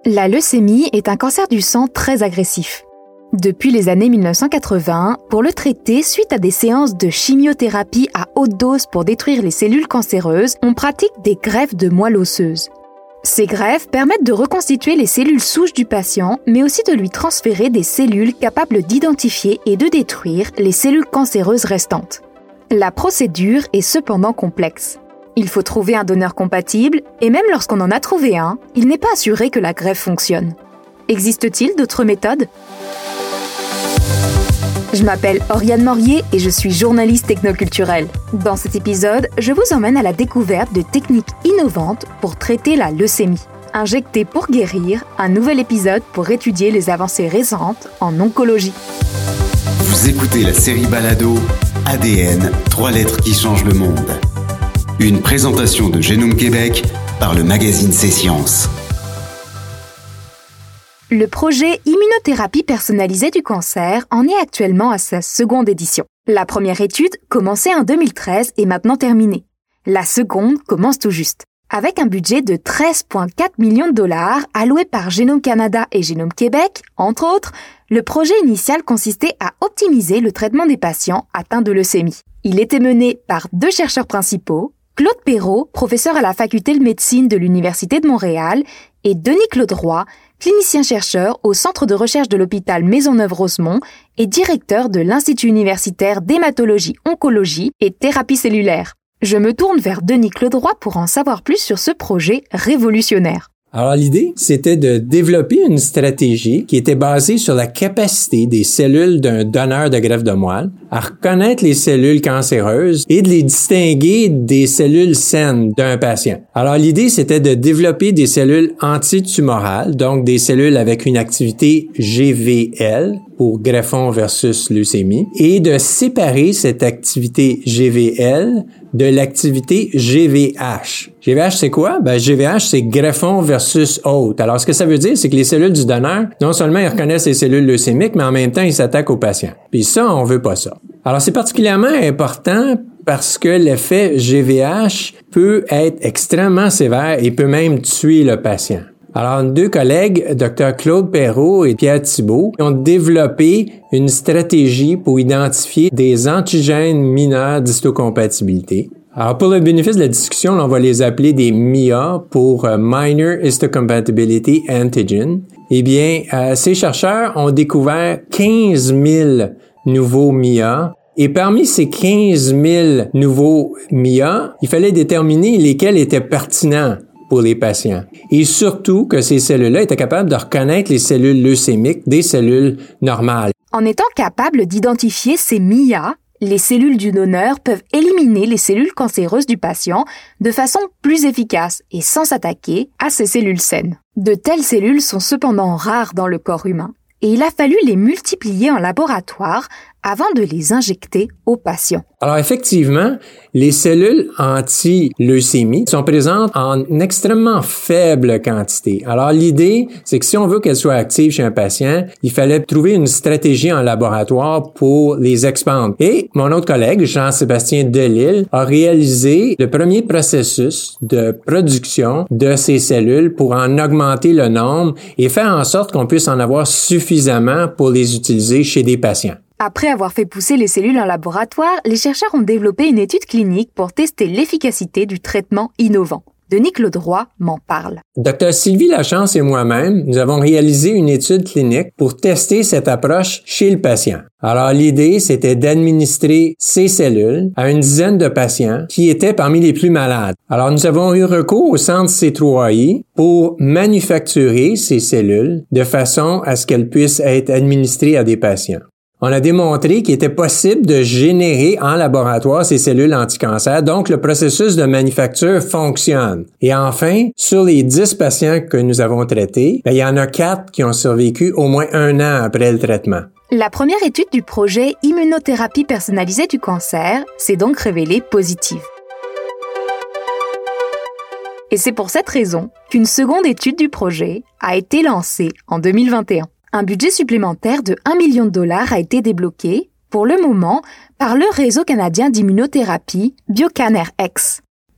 La leucémie est un cancer du sang très agressif. Depuis les années 1980, pour le traiter, suite à des séances de chimiothérapie à haute dose pour détruire les cellules cancéreuses, on pratique des greffes de moelle osseuse. Ces greffes permettent de reconstituer les cellules souches du patient, mais aussi de lui transférer des cellules capables d'identifier et de détruire les cellules cancéreuses restantes. La procédure est cependant complexe. Il faut trouver un donneur compatible, et même lorsqu'on en a trouvé un, il n'est pas assuré que la greffe fonctionne. Existe-t-il d'autres méthodes ? Je m'appelle Oriane Morier et je suis journaliste technoculturelle. Dans cet épisode, je vous emmène à la découverte de techniques innovantes pour traiter la leucémie. Injecter pour guérir, un nouvel épisode pour étudier les avancées récentes en oncologie. Vous écoutez la série Balado ADN, 3 lettres qui changent le monde. Une présentation de Génome Québec par le magazine C'est Science. Le projet Immunothérapie personnalisée du cancer en est actuellement à sa seconde édition. La première étude, commencée en 2013, est maintenant terminée. La seconde commence tout juste. Avec un budget de 13,4 millions de dollars alloués par Génome Canada et Génome Québec, entre autres, le projet initial consistait à optimiser le traitement des patients atteints de leucémie. Il était mené par 2 chercheurs principaux, Claude Perrault, professeur à la faculté de médecine de l'Université de Montréal, et Denis-Claude Roy, clinicien-chercheur au Centre de recherche de l'hôpital Maisonneuve-Rosemont et directeur de l'Institut universitaire d'hématologie, oncologie et thérapie cellulaire. Je me tourne vers Denis-Claude Roy pour en savoir plus sur ce projet révolutionnaire. Alors, l'idée, c'était de développer une stratégie qui était basée sur la capacité des cellules d'un donneur de greffe de moelle à reconnaître les cellules cancéreuses et de les distinguer des cellules saines d'un patient. Alors, l'idée, c'était de développer des cellules antitumorales, donc des cellules avec une activité GVL, pour greffon versus leucémie, et de séparer cette activité GVL de l'activité GVH. GVH, c'est quoi? GVH, c'est greffon versus hôte. Alors, ce que ça veut dire, c'est que les cellules du donneur, non seulement ils reconnaissent les cellules leucémiques, mais en même temps, ils s'attaquent au patient. Puis ça, on veut pas ça. Alors, c'est particulièrement important parce que l'effet GVH peut être extrêmement sévère et peut même tuer le patient. Alors, 2 collègues, Dr. Claude Perrault et Pierre Thibault, ont développé une stratégie pour identifier des antigènes mineurs d'histocompatibilité. Alors, pour le bénéfice de la discussion, on va les appeler des MIA pour Minor Histocompatibility Antigen. Eh bien, ces chercheurs ont découvert 15 000 nouveaux MIA. Et parmi ces 15 000 nouveaux MIA, il fallait déterminer lesquels étaient pertinents pour les patients. Et surtout que ces cellules-là étaient capables de reconnaître les cellules leucémiques des cellules normales. En étant capables d'identifier ces MIA, les cellules du donneur peuvent éliminer les cellules cancéreuses du patient de façon plus efficace et sans s'attaquer à ces cellules saines. De telles cellules sont cependant rares dans le corps humain et il a fallu les multiplier en laboratoire avant de les injecter aux patients. Alors effectivement, les cellules anti-leucémie sont présentes en extrêmement faible quantité. Alors l'idée, c'est que si on veut qu'elles soient actives chez un patient, il fallait trouver une stratégie en laboratoire pour les expandre. Et mon autre collègue, Jean-Sébastien Delisle, a réalisé le premier processus de production de ces cellules pour en augmenter le nombre et faire en sorte qu'on puisse en avoir suffisamment pour les utiliser chez des patients. Après avoir fait pousser les cellules en laboratoire, les chercheurs ont développé une étude clinique pour tester l'efficacité du traitement innovant. Denis-Claude Roy m'en parle. Dr. Sylvie Lachance et moi-même, nous avons réalisé une étude clinique pour tester cette approche chez le patient. Alors, l'idée, c'était d'administrer ces cellules à une dizaine de patients qui étaient parmi les plus malades. Alors, nous avons eu recours au centre C3I pour manufacturer ces cellules de façon à ce qu'elles puissent être administrées à des patients. On a démontré qu'il était possible de générer en laboratoire ces cellules anticancer, donc le processus de manufacture fonctionne. Et enfin, sur les 10 patients que nous avons traités, il y en a 4 qui ont survécu au moins 1 an après le traitement. La première étude du projet Immunothérapie personnalisée du cancer s'est donc révélée positive. Et c'est pour cette raison qu'une seconde étude du projet a été lancée en 2021. Un budget supplémentaire de 1 million de dollars a été débloqué, pour le moment, par le réseau canadien d'immunothérapie BioCanRx.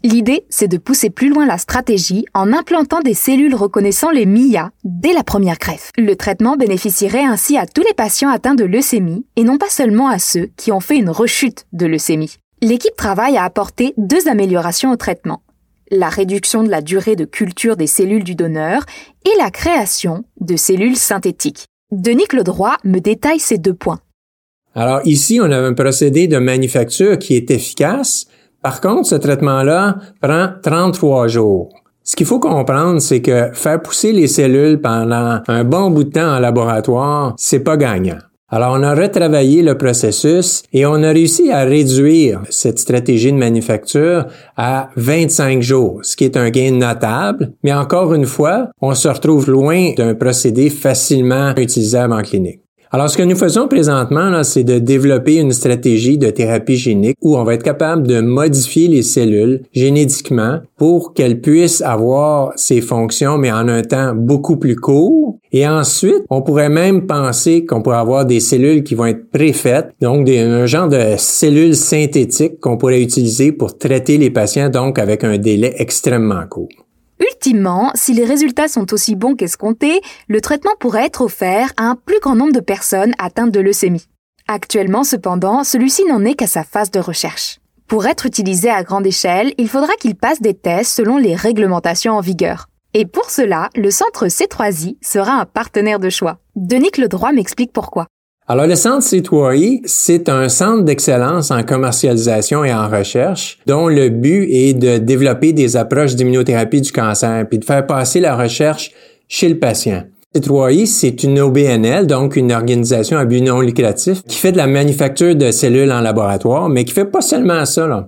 L'idée, c'est de pousser plus loin la stratégie en implantant des cellules reconnaissant les MIA dès la première greffe. Le traitement bénéficierait ainsi à tous les patients atteints de leucémie et non pas seulement à ceux qui ont fait une rechute de leucémie. L'équipe travaille à apporter 2 améliorations au traitement: la réduction de la durée de culture des cellules du donneur et la création de cellules synthétiques. Denis Claudroy me détaille ces 2 points. Alors ici, on a un procédé de manufacture qui est efficace. Par contre, ce traitement-là prend 33 jours. Ce qu'il faut comprendre, c'est que faire pousser les cellules pendant un bon bout de temps en laboratoire, c'est pas gagnant. Alors, on a retravaillé le processus et on a réussi à réduire cette stratégie de manufacture à 25 jours, ce qui est un gain notable. Mais encore une fois, on se retrouve loin d'un procédé facilement utilisable en clinique. Alors, ce que nous faisons présentement, là, c'est de développer une stratégie de thérapie génique où on va être capable de modifier les cellules génétiquement pour qu'elles puissent avoir ces fonctions, mais en un temps beaucoup plus court. Et ensuite, on pourrait même penser qu'on pourrait avoir des cellules qui vont être préfaites, donc un genre de cellules synthétiques qu'on pourrait utiliser pour traiter les patients, donc avec un délai extrêmement court. Ultimement, si les résultats sont aussi bons qu'escomptés, le traitement pourrait être offert à un plus grand nombre de personnes atteintes de leucémie. Actuellement, cependant, celui-ci n'en est qu'à sa phase de recherche. Pour être utilisé à grande échelle, il faudra qu'il passe des tests selon les réglementations en vigueur. Et pour cela, le centre C3I sera un partenaire de choix. Denis Claudroy m'explique pourquoi. Alors, le centre C3I, c'est un centre d'excellence en commercialisation et en recherche dont le but est de développer des approches d'immunothérapie du cancer puis de faire passer la recherche chez le patient. C3I, c'est une OBNL, donc une organisation à but non lucratif qui fait de la manufacture de cellules en laboratoire, mais qui fait pas seulement ça, là.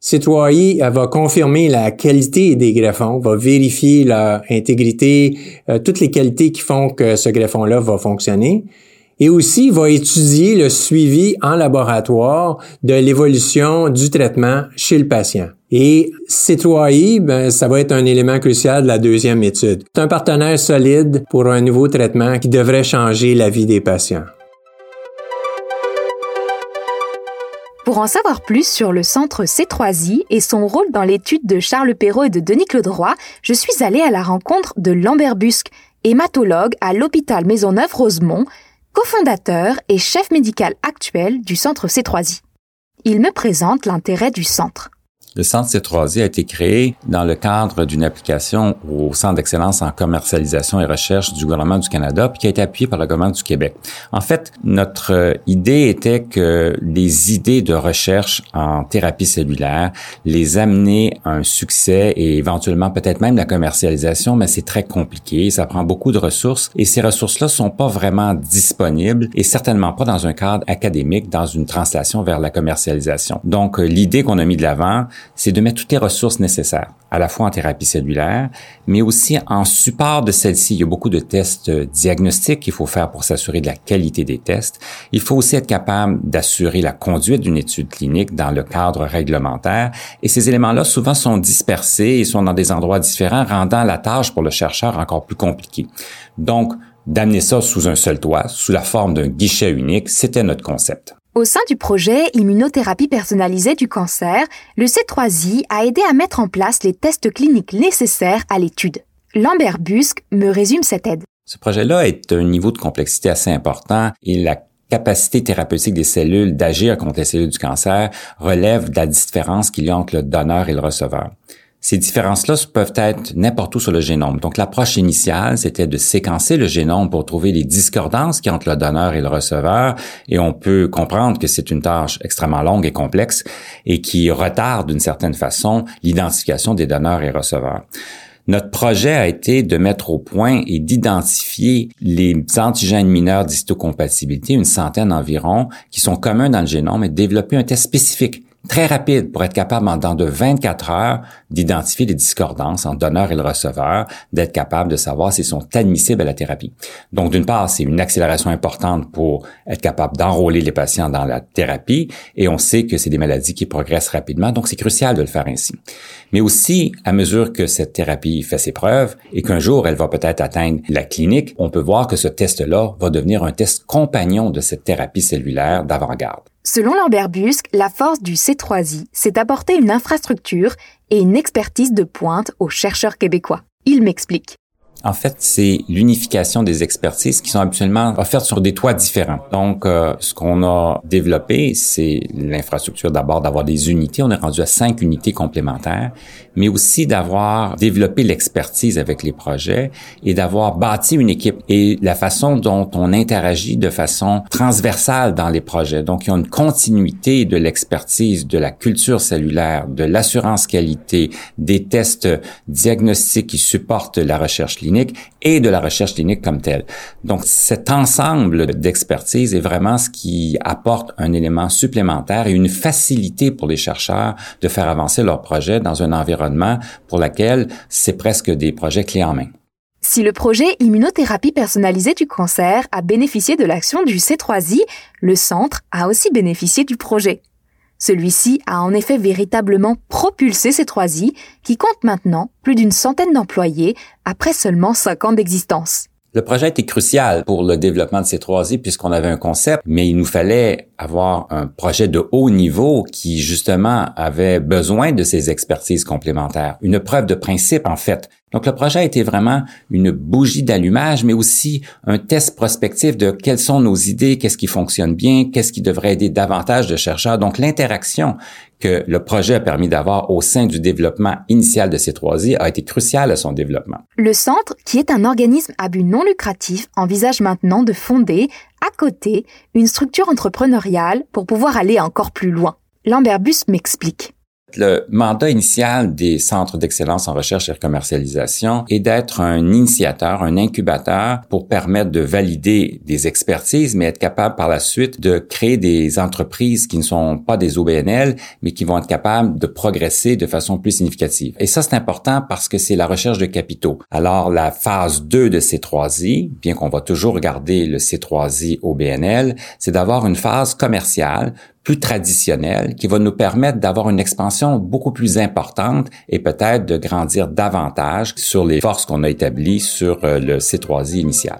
C3I, elle va confirmer la qualité des greffons, va vérifier leur intégrité, toutes les qualités qui font que ce greffon-là va fonctionner. Et aussi, va étudier le suivi en laboratoire de l'évolution du traitement chez le patient. Et C3I, ça va être un élément crucial de la 2e étude. C'est un partenaire solide pour un nouveau traitement qui devrait changer la vie des patients. Pour en savoir plus sur le centre C3I et son rôle dans l'étude de Charles Perrault et de Denis Claudroy, je suis allée à la rencontre de Lambert Busque, hématologue à l'hôpital Maisonneuve-Rosemont, cofondateur et chef médical actuel du centre C3I. Il me présente l'intérêt du centre. Le Centre C3I a été créé dans le cadre d'une application au Centre d'excellence en commercialisation et recherche du gouvernement du Canada, puis qui a été appuyé par le gouvernement du Québec. En fait, notre idée était que les idées de recherche en thérapie cellulaire, les amener à un succès et éventuellement peut-être même la commercialisation, mais c'est très compliqué, ça prend beaucoup de ressources et ces ressources-là sont pas vraiment disponibles et certainement pas dans un cadre académique, dans une translation vers la commercialisation. Donc, l'idée qu'on a mis de l'avant, c'est de mettre toutes les ressources nécessaires, à la fois en thérapie cellulaire, mais aussi en support de celle-ci. Il y a beaucoup de tests diagnostiques qu'il faut faire pour s'assurer de la qualité des tests. Il faut aussi être capable d'assurer la conduite d'une étude clinique dans le cadre réglementaire. Et ces éléments-là, souvent, sont dispersés et sont dans des endroits différents, rendant la tâche pour le chercheur encore plus compliquée. Donc, d'amener ça sous un seul toit, sous la forme d'un guichet unique, c'était notre concept. Au sein du projet Immunothérapie personnalisée du cancer, le C3I a aidé à mettre en place les tests cliniques nécessaires à l'étude. Lambert Busque me résume cette aide. Ce projet-là est un niveau de complexité assez important et la capacité thérapeutique des cellules d'agir contre les cellules du cancer relève de la différence qu'il y a entre le donneur et le receveur. Ces différences-là peuvent être n'importe où sur le génome. Donc, l'approche initiale, c'était de séquencer le génome pour trouver les discordances qu'il y a entre le donneur et le receveur. Et on peut comprendre que c'est une tâche extrêmement longue et complexe et qui retarde d'une certaine façon l'identification des donneurs et receveurs. Notre projet a été de mettre au point et d'identifier les antigènes mineurs d'histocompatibilité, une centaine environ, qui sont communs dans le génome et de développer un test spécifique très rapide pour être capable, en dans de 24 heures, d'identifier les discordances entre donneur et le receveur, d'être capable de savoir s'ils sont admissibles à la thérapie. Donc, d'une part, c'est une accélération importante pour être capable d'enrôler les patients dans la thérapie, et on sait que c'est des maladies qui progressent rapidement, donc c'est crucial de le faire ainsi. Mais aussi, à mesure que cette thérapie fait ses preuves et qu'un jour elle va peut-être atteindre la clinique, on peut voir que ce test-là va devenir un test compagnon de cette thérapie cellulaire d'avant-garde. Selon Lambert Busque, la force du C3I, c'est d'apporter une infrastructure et une expertise de pointe aux chercheurs québécois. Il m'explique. En fait, c'est l'unification des expertises qui sont habituellement offertes sur des toits différents. Donc, ce qu'on a développé, c'est l'infrastructure d'abord d'avoir des unités. On est rendu à 5 unités complémentaires, mais aussi d'avoir développé l'expertise avec les projets et d'avoir bâti une équipe et la façon dont on interagit de façon transversale dans les projets. Donc, il y a une continuité de l'expertise, de la culture cellulaire, de l'assurance qualité, des tests diagnostiques qui supportent la recherche clinique et de la recherche clinique comme telle. Donc, cet ensemble d'expertise est vraiment ce qui apporte un élément supplémentaire et une facilité pour les chercheurs de faire avancer leurs projets dans un environnement pour lequel c'est presque des projets clés en main. Si le projet Immunothérapie personnalisée du cancer a bénéficié de l'action du C3I, le centre a aussi bénéficié du projet. Celui-ci a en effet véritablement propulsé C3I, qui compte maintenant plus d'une centaine d'employés après seulement 5 ans d'existence. Le projet était crucial pour le développement de C3I puisqu'on avait un concept, mais il nous fallait avoir un projet de haut niveau qui, justement, avait besoin de ces expertises complémentaires. Une preuve de principe, en fait. Donc, le projet a été vraiment une bougie d'allumage, mais aussi un test prospectif de quelles sont nos idées, qu'est-ce qui fonctionne bien, qu'est-ce qui devrait aider davantage de chercheurs. Donc, l'interaction que le projet a permis d'avoir au sein du développement initial de C3I a été cruciale à son développement. Le centre, qui est un organisme à but non lucratif, envisage maintenant de fonder, à côté, une structure entrepreneuriale pour pouvoir aller encore plus loin. Lambert Busque m'explique. Le mandat initial des centres d'excellence en recherche et commercialisation est d'être un initiateur, un incubateur pour permettre de valider des expertises, mais être capable par la suite de créer des entreprises qui ne sont pas des OBNL, mais qui vont être capables de progresser de façon plus significative. Et ça, c'est important parce que c'est la recherche de capitaux. Alors, la phase 2 de C3I, bien qu'on va toujours regarder le C3I OBNL, c'est d'avoir une phase commerciale plus traditionnelle qui va nous permettre d'avoir une expansion beaucoup plus importante et peut-être de grandir davantage sur les forces qu'on a établies sur le C3I initial.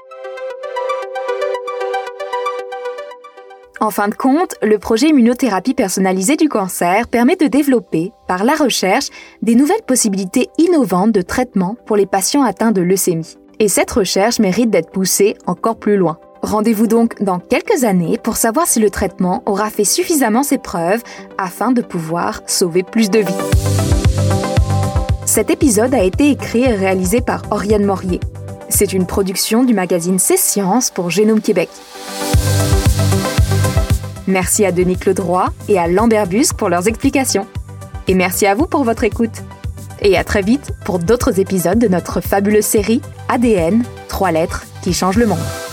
En fin de compte, le projet Immunothérapie personnalisée du cancer permet de développer, par la recherche, des nouvelles possibilités innovantes de traitement pour les patients atteints de leucémie. Et cette recherche mérite d'être poussée encore plus loin. Rendez-vous donc dans quelques années pour savoir si le traitement aura fait suffisamment ses preuves afin de pouvoir sauver plus de vies. Cet épisode a été écrit et réalisé par Oriane Morier. C'est une production du magazine C'est Science pour Génome Québec. Merci à Denis-Claude Roy et à Lambert Busque pour leurs explications. Et merci à vous pour votre écoute. Et à très vite pour d'autres épisodes de notre fabuleuse série ADN, 3 lettres qui changent le monde.